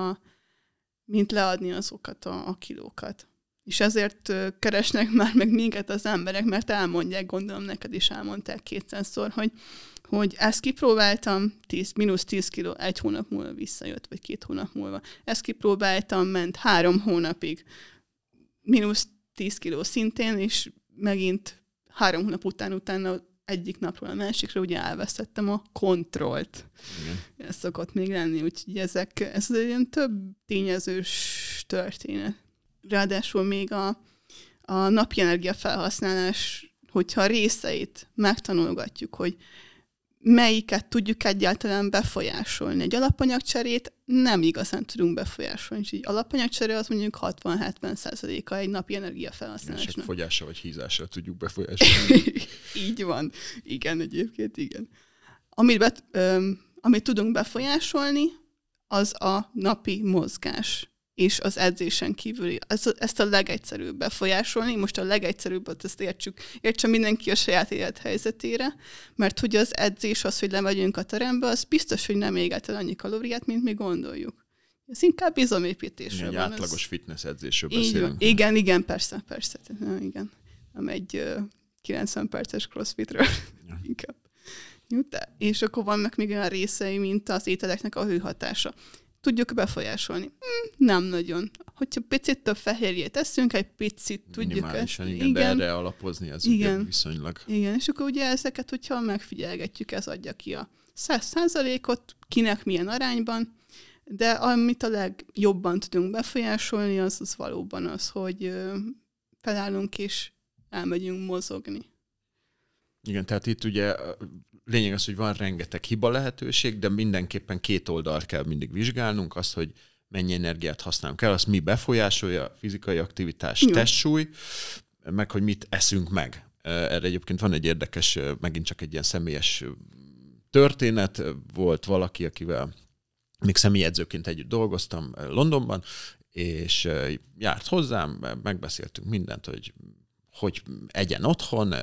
mint leadni azokat a kilókat. És ezért keresnek már meg minket az emberek, mert elmondják, gondolom neked is elmondták 200-szor, hogy ezt kipróbáltam, mínusz 10 kiló, 1 hónap múlva visszajött, vagy 2 hónap múlva. Ezt kipróbáltam, ment 3 hónapig, mínusz 10 kiló szintén, és megint 3 hónap utána egyik napról a másikra ugye elvesztettem a kontrollt. Igen. Ez szokott még lenni, úgyhogy ez egy ilyen több tényezős történet. Ráadásul még a napi energia felhasználás, hogyha a részeit megtanulgatjuk, hogy melyiket tudjuk egyáltalán befolyásolni. Egy alapanyagcserét nem igazán tudunk befolyásolni. És így alapanyagcsere az mondjuk 60-70%-a egy napi energiafelhasználásnak. Csak fogyással vagy hízással tudjuk befolyásolni. Így van. Igen, egyébként igen. Amit tudunk befolyásolni, az a napi mozgás. és az edzésen kívüli. Ezt a legegyszerűbb befolyásolni. Most a legegyszerűbbet ezt értse mindenki a saját élethelyzetére, mert hogy az edzés, az, hogy lemegyünk a terembe, az biztos, hogy nem éget el annyi kalóriát, mint mi gondoljuk. Ez inkább izomépítésről van. Egy átlagos fitness edzésről beszélünk. Igen, persze. Igen. Nem egy 90 perces crossfitről. Ja. Inkább. És akkor vannak még olyan részei, mint az ételeknek a hőhatása. Tudjuk befolyásolni? Nem nagyon. Hogyha picit több fehérjét eszünk, egy picit tudjuk ezt. Igen, de erre alapozni az ugye viszonylag. Igen, és akkor ugye ezeket, hogyha megfigyelgetjük, ez adja ki a 100%-ot, kinek milyen arányban, de amit a legjobban tudunk befolyásolni, az valóban az, hogy felállunk és elmegyünk mozogni. Igen, tehát itt ugye lényeg az, hogy van rengeteg hiba lehetőség, de mindenképpen két oldalt kell mindig vizsgálnunk, azt, hogy mennyi energiát használunk el, azt mi befolyásolja, fizikai aktivitás, testsúly, meg hogy mit eszünk meg. Erre egyébként van egy érdekes, megint csak egy ilyen személyes történet. Volt valaki, akivel még személyedzőként együtt dolgoztam Londonban, és járt hozzám, megbeszéltünk mindent, hogy egyen otthon,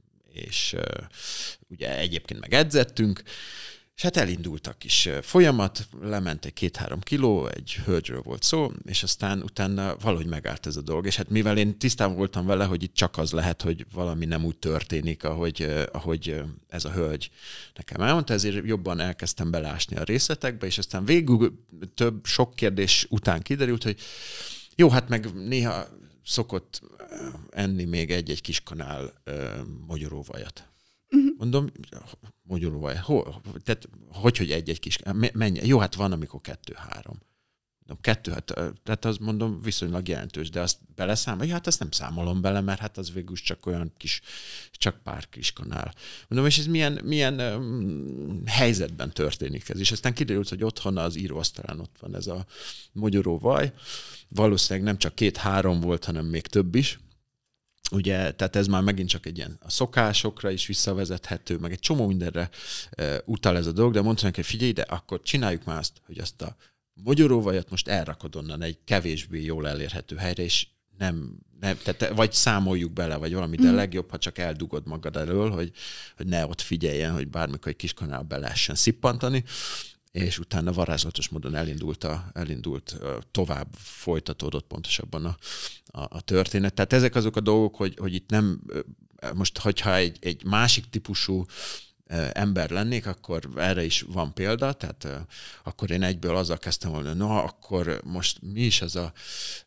és ugye egyébként meg edzettünk, és hát elindult a kis folyamat, lement egy 2-3 kiló, egy hölgyről volt szó, és aztán utána valahogy megállt ez a dolog, és hát mivel én tisztában voltam vele, hogy itt csak az lehet, hogy valami nem úgy történik, ahogy ez a hölgy nekem elmondta, ezért jobban elkezdtem belásni a részletekbe, és aztán végül sok kérdés után kiderült, hogy jó, hát meg néha szokott enni még egy-egy kis kanál mogyoróvajat. Mondom, mogyoróvaj. Tehát hogy egy-egy kis... Mennyi? Jó, hát van, amikor 2-3. 2, tehát az mondom viszonylag jelentős, de azt beleszámolom, hát azt nem számolom bele, mert hát az végül csak olyan kis, csak pár kis kanál. Mondom, és ez milyen helyzetben történik ez? És aztán kiderült, hogy otthon az íróasztalán ott van ez a mogyoróvaj. Valószínűleg nem csak 2-3 volt, hanem még több is. Ugye, tehát ez már megint csak egy ilyen a szokásokra is visszavezethető, meg egy csomó mindenre utal ez a dolog, de mondtam neki, hogy figyelj, de akkor csináljuk már azt, hogy azt a mogyoróvajat most elrakod onnan egy kevésbé jól elérhető helyre, és nem tehát vagy számoljuk bele, vagy valami, de legjobb, ha csak eldugod magad elől, hogy ne ott figyeljen, hogy bármikor egy kis kanál be lehessen szippantani, és utána varázslatos módon elindult, tovább folytatódott pontosabban a történet. Tehát ezek azok a dolgok, hogy itt nem, most hogyha egy másik típusú ember lennék, akkor erre is van példa, tehát akkor én egyből azzal kezdtem volna, akkor most mi is az a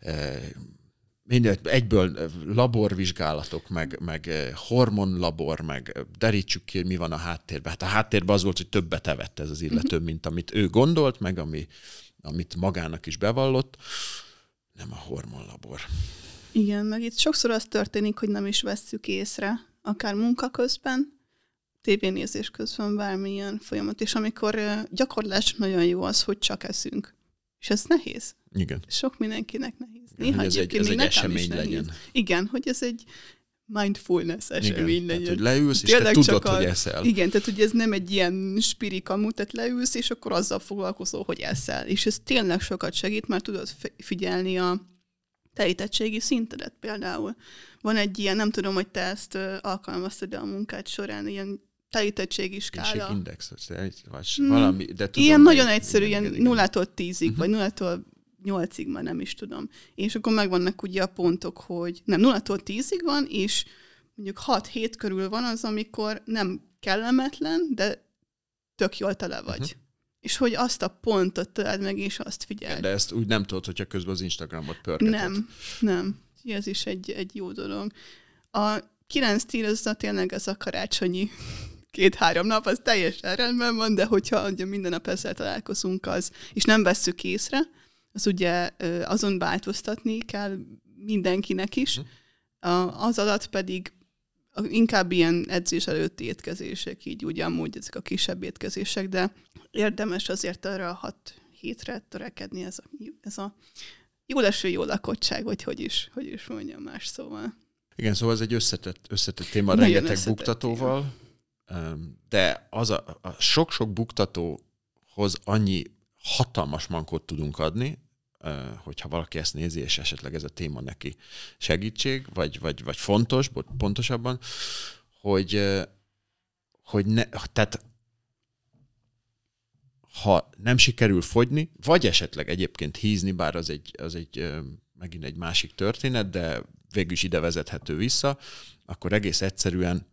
egyből laborvizsgálatok, meg hormonlabor, meg derítsük ki, hogy mi van a háttérben. Hát a háttérben az volt, hogy többet evett ez az illető, mint amit ő gondolt, meg amit magának is bevallott. Nem a hormonlabor. Igen, meg itt sokszor az történik, hogy nem is vesszük észre, akár munka közben, tévénézés közben, bármilyen folyamat. És amikor gyakorlás nagyon jó az, hogy csak eszünk. És ez nehéz. Igen. Sok mindenkinek nehéz. Néha ez egy esemény legyen. Igen, hogy ez egy mindfulness esemény legyen. Tehát, hogy leülsz, és te tudod, hogy eszel. Igen, tehát hogy ez nem egy ilyen spirikamú, tehát leülsz, és akkor azzal foglalkozol, hogy eszel. És ez tényleg sokat segít, mert tudod figyelni a telítettségi szintedet például. Van egy ilyen, nem tudom, hogy te ezt alkalmaztad a munkád során, ilyen telítettségi skála. Index, valami, de tudom, ilyen nagyon egyszerű, ilyen 0-tól 10-ig, vagy 0-tól 8-ig, már nem is tudom. És akkor megvannak ugye a pontok, hogy nem, 0-tól 10-ig van, és mondjuk 6-7 körül van az, amikor nem kellemetlen, de tök jól tele vagy. És hogy azt a pontot találd meg, és azt figyeld. De ezt úgy nem tudod, hogyha közben az Instagramot pörgeted. Nem. Ez is egy jó dolog. A 9-10 az tényleg ez a karácsonyi 2-3 nap, az teljesen rendben van, de hogyha ugye minden nap ezzel találkozunk, és nem vesszük észre, az ugye azon változtatni kell mindenkinek is. Az alatt pedig inkább ilyen edzés előtti étkezések, így ugye amúgy ezek a kisebb étkezések, de érdemes azért arra a 6 hétre törekedni, ez a jól eső, jó lakottság, vagy hogy is mondjam más szóval. Igen, szóval ez egy összetett téma, rengeteg buktatóval, de az a sok-sok buktatóhoz annyi hatalmas mankót tudunk adni, hogyha valaki ezt nézi, és esetleg ez a téma neki segítség, vagy fontos, pontosabban, hogy tehát ha nem sikerül fogyni, vagy esetleg egyébként hízni, bár az egy megint egy másik történet, de végül is ide vezethető vissza, akkor egész egyszerűen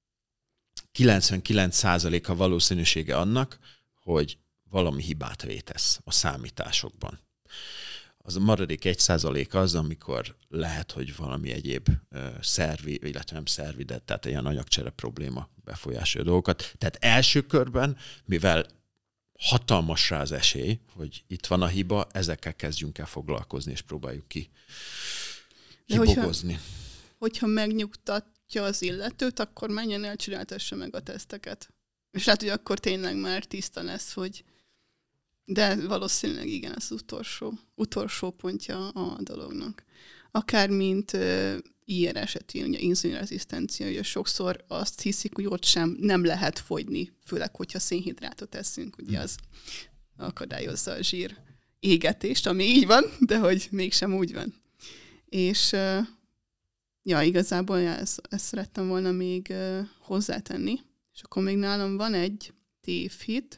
99% a valószínűsége annak, hogy valami hibát vétesz a számításokban. Az a maradék 1% az, amikor lehet, hogy valami egyéb szervi, illetve nem szervi, de tehát ilyen anyagcsere probléma befolyásolja dolgokat. Tehát első körben, mivel hatalmas rá az esély, hogy itt van a hiba, ezekkel kezdjünk el foglalkozni, és próbáljuk kibogozni. Hogyha megnyugtatja az illetőt, akkor menjen el, csináltassa meg a teszteket. És lehet, hogy akkor tényleg már tiszta lesz, hogy de valószínűleg igen, ez az utolsó pontja a dolognak. Akár mint ilyen esetén, ugye inzulinrezisztencia, ugye sokszor azt hiszik, hogy ott sem nem lehet fogyni, főleg, hogyha szénhidrátot eszünk, ugye az akadályozza a zsír égetést, ami így van, de hogy mégsem úgy van. És igazából ezt szerettem volna még hozzátenni, és akkor még nálam van egy tévhit,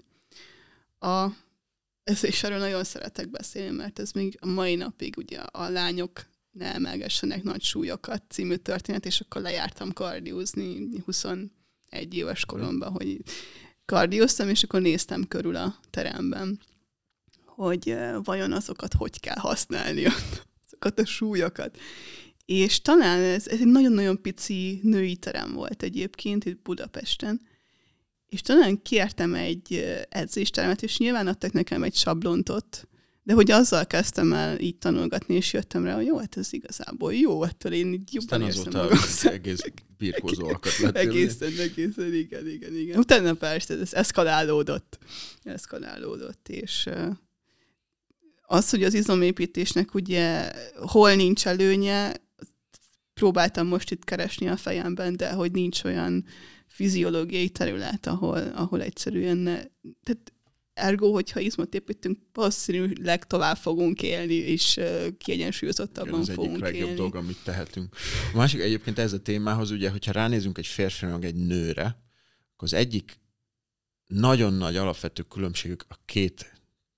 és erről nagyon szeretek beszélni, mert ez még a mai napig ugye a lányok ne emelgessenek nagy súlyokat című történet, és akkor lejártam kardiózni 21 éves koromban, hogy kardióztam, és akkor néztem körül a teremben, hogy vajon azokat hogy kell használni, azokat a súlyokat. És talán ez egy nagyon-nagyon pici női terem volt egyébként itt Budapesten, és talán kértem egy edzéstermet, és nyilván adtak nekem egy sablontot, de hogy azzal kezdtem el így tanulgatni, és jöttem rá, hogy jó, hát ez igazából jó, ettől én így jobban érzem magam. Egész birkózó alkat lettél. Egészen, igen. Utána persze, ez eszkalálódott, és az, hogy az izomépítésnek ugye hol nincs előnye, próbáltam most itt keresni a fejemben, de hogy nincs olyan fiziológiai terület, ahol egyszerűen tehát ergo, hogyha izmot építünk, valószínűleg tovább fogunk élni, és kiegyensúlyozottabban fogunk élni. Ez egyik legjobb dolog, amit tehetünk. A másik egyébként ez a témához, ugye, hogyha ránézünk egy férfire, meg egy nőre, akkor az egyik nagyon nagy alapvető különbségük a két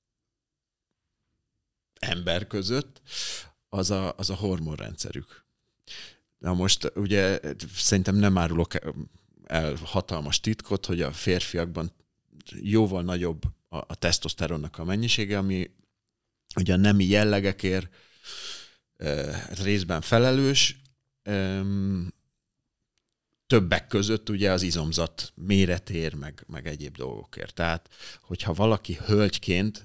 ember között, az a hormonrendszerük. Na most ugye szerintem nem árulok el hatalmas titkot, hogy a férfiakban jóval nagyobb a tesztoszteronnak a mennyisége, ami ugye a nemi jellegekért részben felelős, többek között ugye az izomzat méretér, meg egyéb dolgokért. Tehát, hogyha valaki hölgyként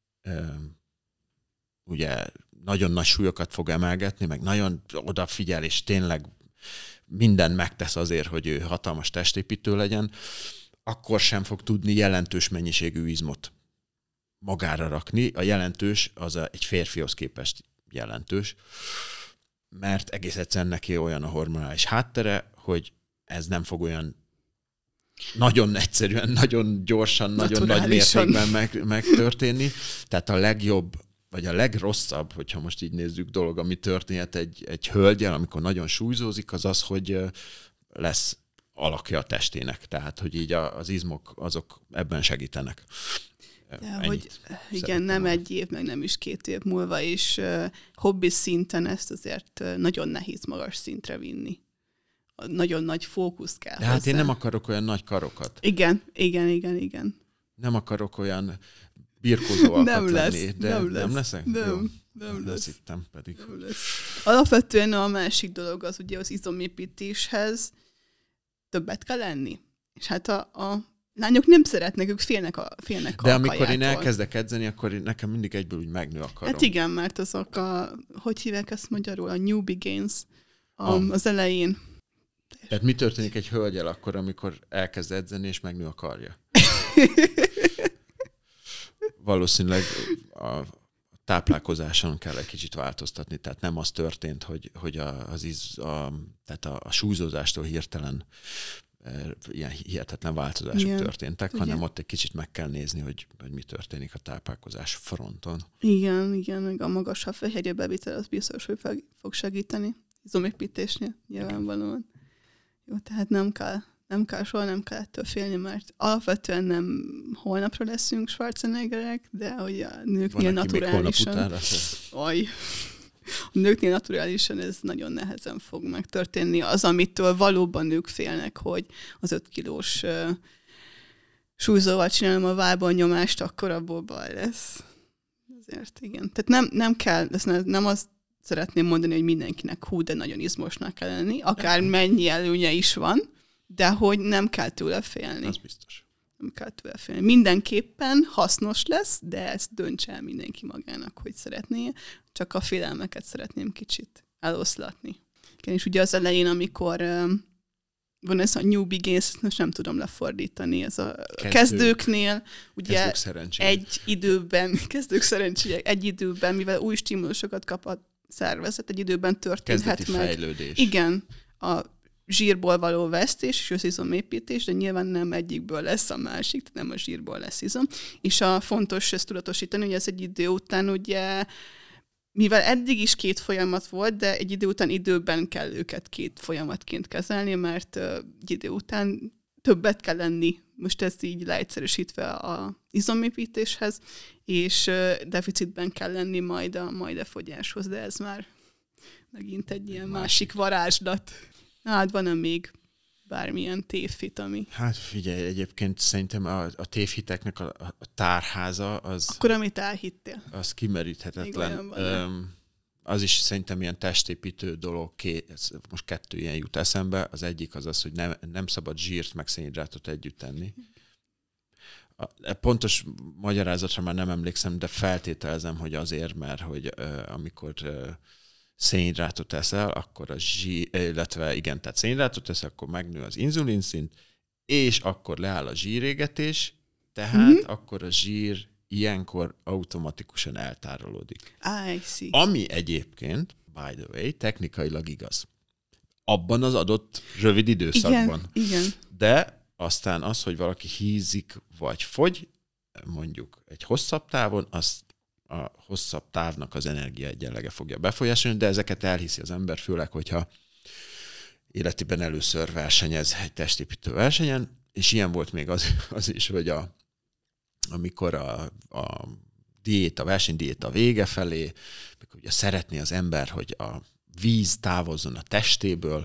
ugye nagyon nagy súlyokat fog emelgetni, meg nagyon odafigyel, és tényleg mindent megtesz azért, hogy ő hatalmas testépítő legyen, akkor sem fog tudni jelentős mennyiségű izmot magára rakni. A jelentős az egy férfihoz képest jelentős, mert egész egyszerűen neki olyan a hormonális háttere, hogy ez nem fog olyan nagyon egyszerűen, nagyon gyorsan, nagyon nagy mértékben megtörténni. Tehát a legjobb, vagy a legrosszabb, hogyha most így nézzük dolog, ami történhet egy hölgyel, amikor nagyon súlyzózik, az az, hogy lesz alakja a testének. Tehát, hogy így az izmok azok ebben segítenek. De hogy igen, nem egy év, meg nem is 2 év múlva, és hobbi szinten ezt azért nagyon nehéz magas szintre vinni. Nagyon nagy fókusz kell hozzá. Hát én nem akarok olyan nagy karokat. Igen. Nem akarok olyan birkózó alkat lenni. Nem leszek? Nem lesz. Hittem pedig. Nem lesz. Alapvetően a másik dolog az ugye az izomépítéshez többet kell lenni. És hát a lányok nem szeretnek, ők félnek a De amikor én elkezdek edzeni, akkor nekem mindig egyből úgy megnő a karom. Hát igen, mert azok hogy hívják ezt magyarul? A newbie gains az elején. Tehát mi történik egy hölgyel akkor, amikor elkezd edzeni, és megnő a karja? Valószínűleg a táplálkozáson kell egy kicsit változtatni, tehát nem az történt, hogy tehát a súlyzózástól hirtelen ilyen hihetetlen változások történtek, hanem ott egy kicsit meg kell nézni, hogy mi történik a táplálkozás fronton. Igen, meg a magasabb fehérje bevitel az biztos, hogy fog segíteni izomépítésnél nyilvánvalóan. Jó, tehát nem kell ettől félni, mert alapvetően nem holnapra leszünk Schwarzeneggerek, de hogy a nőknél naturálisan... A nőknél naturálisan ez nagyon nehezen fog megtörténni. Az, amitől valóban nők félnek, hogy az 5 kilós súlyzóval csinálom a vállban nyomást, akkor abból baj lesz. Ezért igen. Tehát nem kell, nem azt szeretném mondani, hogy mindenkinek de nagyon izmosnak kell lenni, akár mennyi előnye is van, de hogy nem kell tőle félni. Az biztos. Nem kell tőle félni. Mindenképpen hasznos lesz, de ezt dönts el mindenki magának, hogy szeretné. Csak a félelmeket szeretném kicsit eloszlatni. És ugye az elején, amikor van ez a new begins, most nem tudom lefordítani, ez a kezdőknél, ugye kezdők szerencséjek, egy időben, mivel új stimulusokat kap a szervezet, egy időben történhet kezdeti meg. Fejlődés. Igen, a zsírból való vesztés és az izomépítés, de nyilván nem egyikből lesz a másik, tehát nem a zsírból lesz izom. És fontos ezt tudatosítani, hogy ez egy idő után ugye, mivel eddig is 2 folyamat volt, de egy idő után időben kell őket 2 folyamatként kezelni, mert egy idő után többet kell lenni, most ez így leegyszerűsítve az izomépítéshez, és deficitben kell lenni majd a fogyáshoz, de ez már megint egy ilyen másik varázslat. Hát van még bármilyen tévhit, ami... Hát figyelj, egyébként szerintem a tévhiteknek a tárháza az... Akkor amit elhittél. Az kimeríthetetlen. Az is szerintem ilyen testépítő dolog, most 2 ilyen jut eszembe. Az egyik az, hogy nem szabad zsírt meg szénhidrátot együtt tenni. Pontos magyarázatra már nem emlékszem, de feltételezem, hogy azért, mert hogy amikor... szénhidrátot eszel, akkor a tehát szénhidrátot eszel, akkor megnő az inzulinszint, és akkor leáll a zsírégetés, tehát akkor a zsír ilyenkor automatikusan eltárolódik. I see. Ami egyébként, by the way, technikailag igaz. Abban az adott rövid időszakban. Igen. De aztán az, hogy valaki hízik vagy fogy, mondjuk egy hosszabb távon, azt a hosszabb távnak az energia egyenlege fogja befolyásolni, de ezeket elhiszi az ember, főleg, hogyha életében először versenyez egy testépítő versenyen, és ilyen volt még az is, hogy amikor a versenydiéta vége felé, mikor ugye szeretné az ember, hogy a víz távozzon a testéből,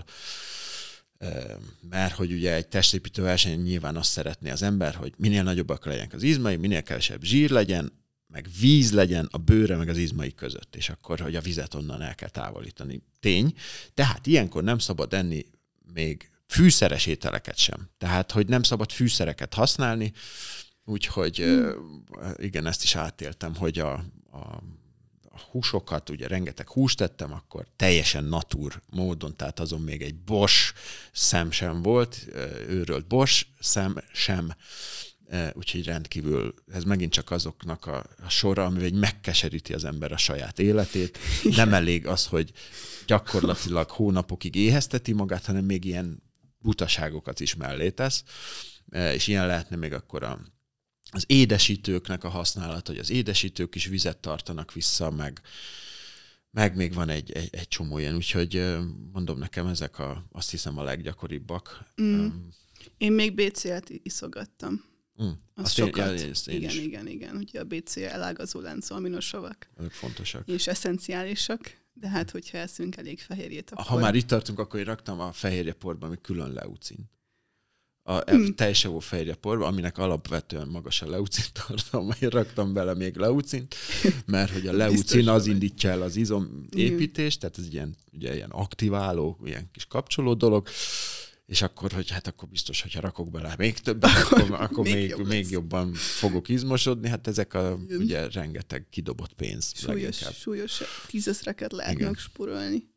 mert hogy ugye egy testépítő versenyen nyilván azt szeretné az ember, hogy minél nagyobbak legyenek az izmai, minél kevesebb zsír legyen, meg víz legyen a bőre meg az izmai között, és akkor, hogy a vizet onnan el kell távolítani. Tény. Tehát ilyenkor nem szabad enni még fűszeres ételeket sem. Tehát, hogy nem szabad fűszereket használni, úgyhogy igen, ezt is átéltem, hogy a húsokat, ugye rengeteg húst tettem, akkor teljesen natur módon, tehát azon még egy Bosch szem sem volt, őrölt Bosch szem sem, úgyhogy rendkívül, ez megint csak azoknak a sora, amivel megkeseríti az ember a saját életét. Nem elég az, hogy gyakorlatilag hónapokig éhezteti magát, hanem még ilyen butaságokat is mellé tesz. És ilyen lehetne még akkor az édesítőknek a használat, hogy az édesítők is vizet tartanak vissza, meg még van egy csomó ilyen. Úgyhogy mondom, nekem ezek azt hiszem a leggyakoribbak. Én még BCL-t iszogattam. Az sokat. Igen. Ugye a BCL elágazó láncú aminosavak. Ezek fontosak. És eszenciálisak, de hát hogyha eszünk elég fehérjét, akkor... Ha már itt tartunk, akkor én raktam a fehérjeporba, ami külön leucin. A teljesavó fehérjeporba, aminek alapvetően magas a leucin tartalma, én raktam bele még leucint, mert hogy a leucin az indítja el az izomépítést, tehát ez ilyen aktiváló, ilyen kis kapcsoló dolog, és akkor, hogy hát akkor biztos, hogyha rakok bele még többet, akkor még jobban fogok izmosodni. Hát ezek ugye rengeteg kidobott pénz. Súlyos 10 000-eket lehet megspórolni.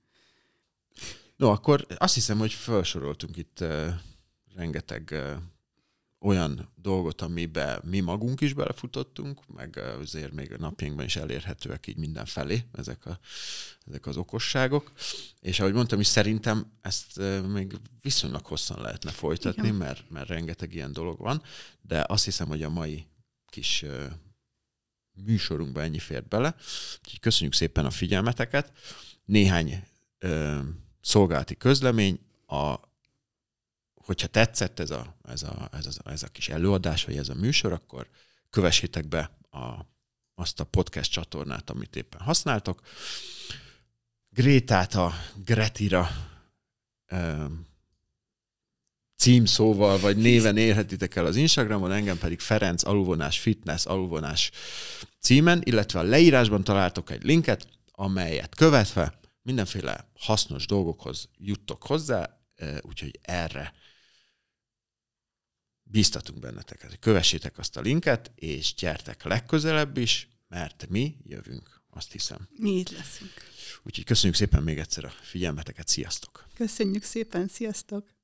No, akkor azt hiszem, hogy felsoroltunk itt rengeteg olyan dolgot, amiben mi magunk is belefutottunk, meg azért még a napjainkban is elérhetőek így mindenfelé ezek az okosságok. És ahogy mondtam is, szerintem ezt még viszonylag hosszan lehetne folytatni, mert rengeteg ilyen dolog van, de azt hiszem, hogy a mai kis műsorunkba ennyi fért bele. Úgyhogy köszönjük szépen a figyelmeteket. Néhány szolgálati közlemény, hogyha tetszett ez a kis előadás, vagy ez a műsor, akkor kövessétek be azt a podcast csatornát, amit éppen használtok. Grétát a Gretira címszóval, vagy néven érhetitek el az Instagramon, engem pedig Ferenc _fitness címen, illetve a leírásban találtok egy linket, amelyet követve mindenféle hasznos dolgokhoz juttok hozzá, úgyhogy erre bíztatunk benneteket. Kövessétek azt a linket, és gyertek legközelebb is, mert mi jövünk, azt hiszem. Mi itt leszünk. Úgyhogy köszönjük szépen még egyszer a figyelmeteket, sziasztok! Köszönjük szépen, sziasztok!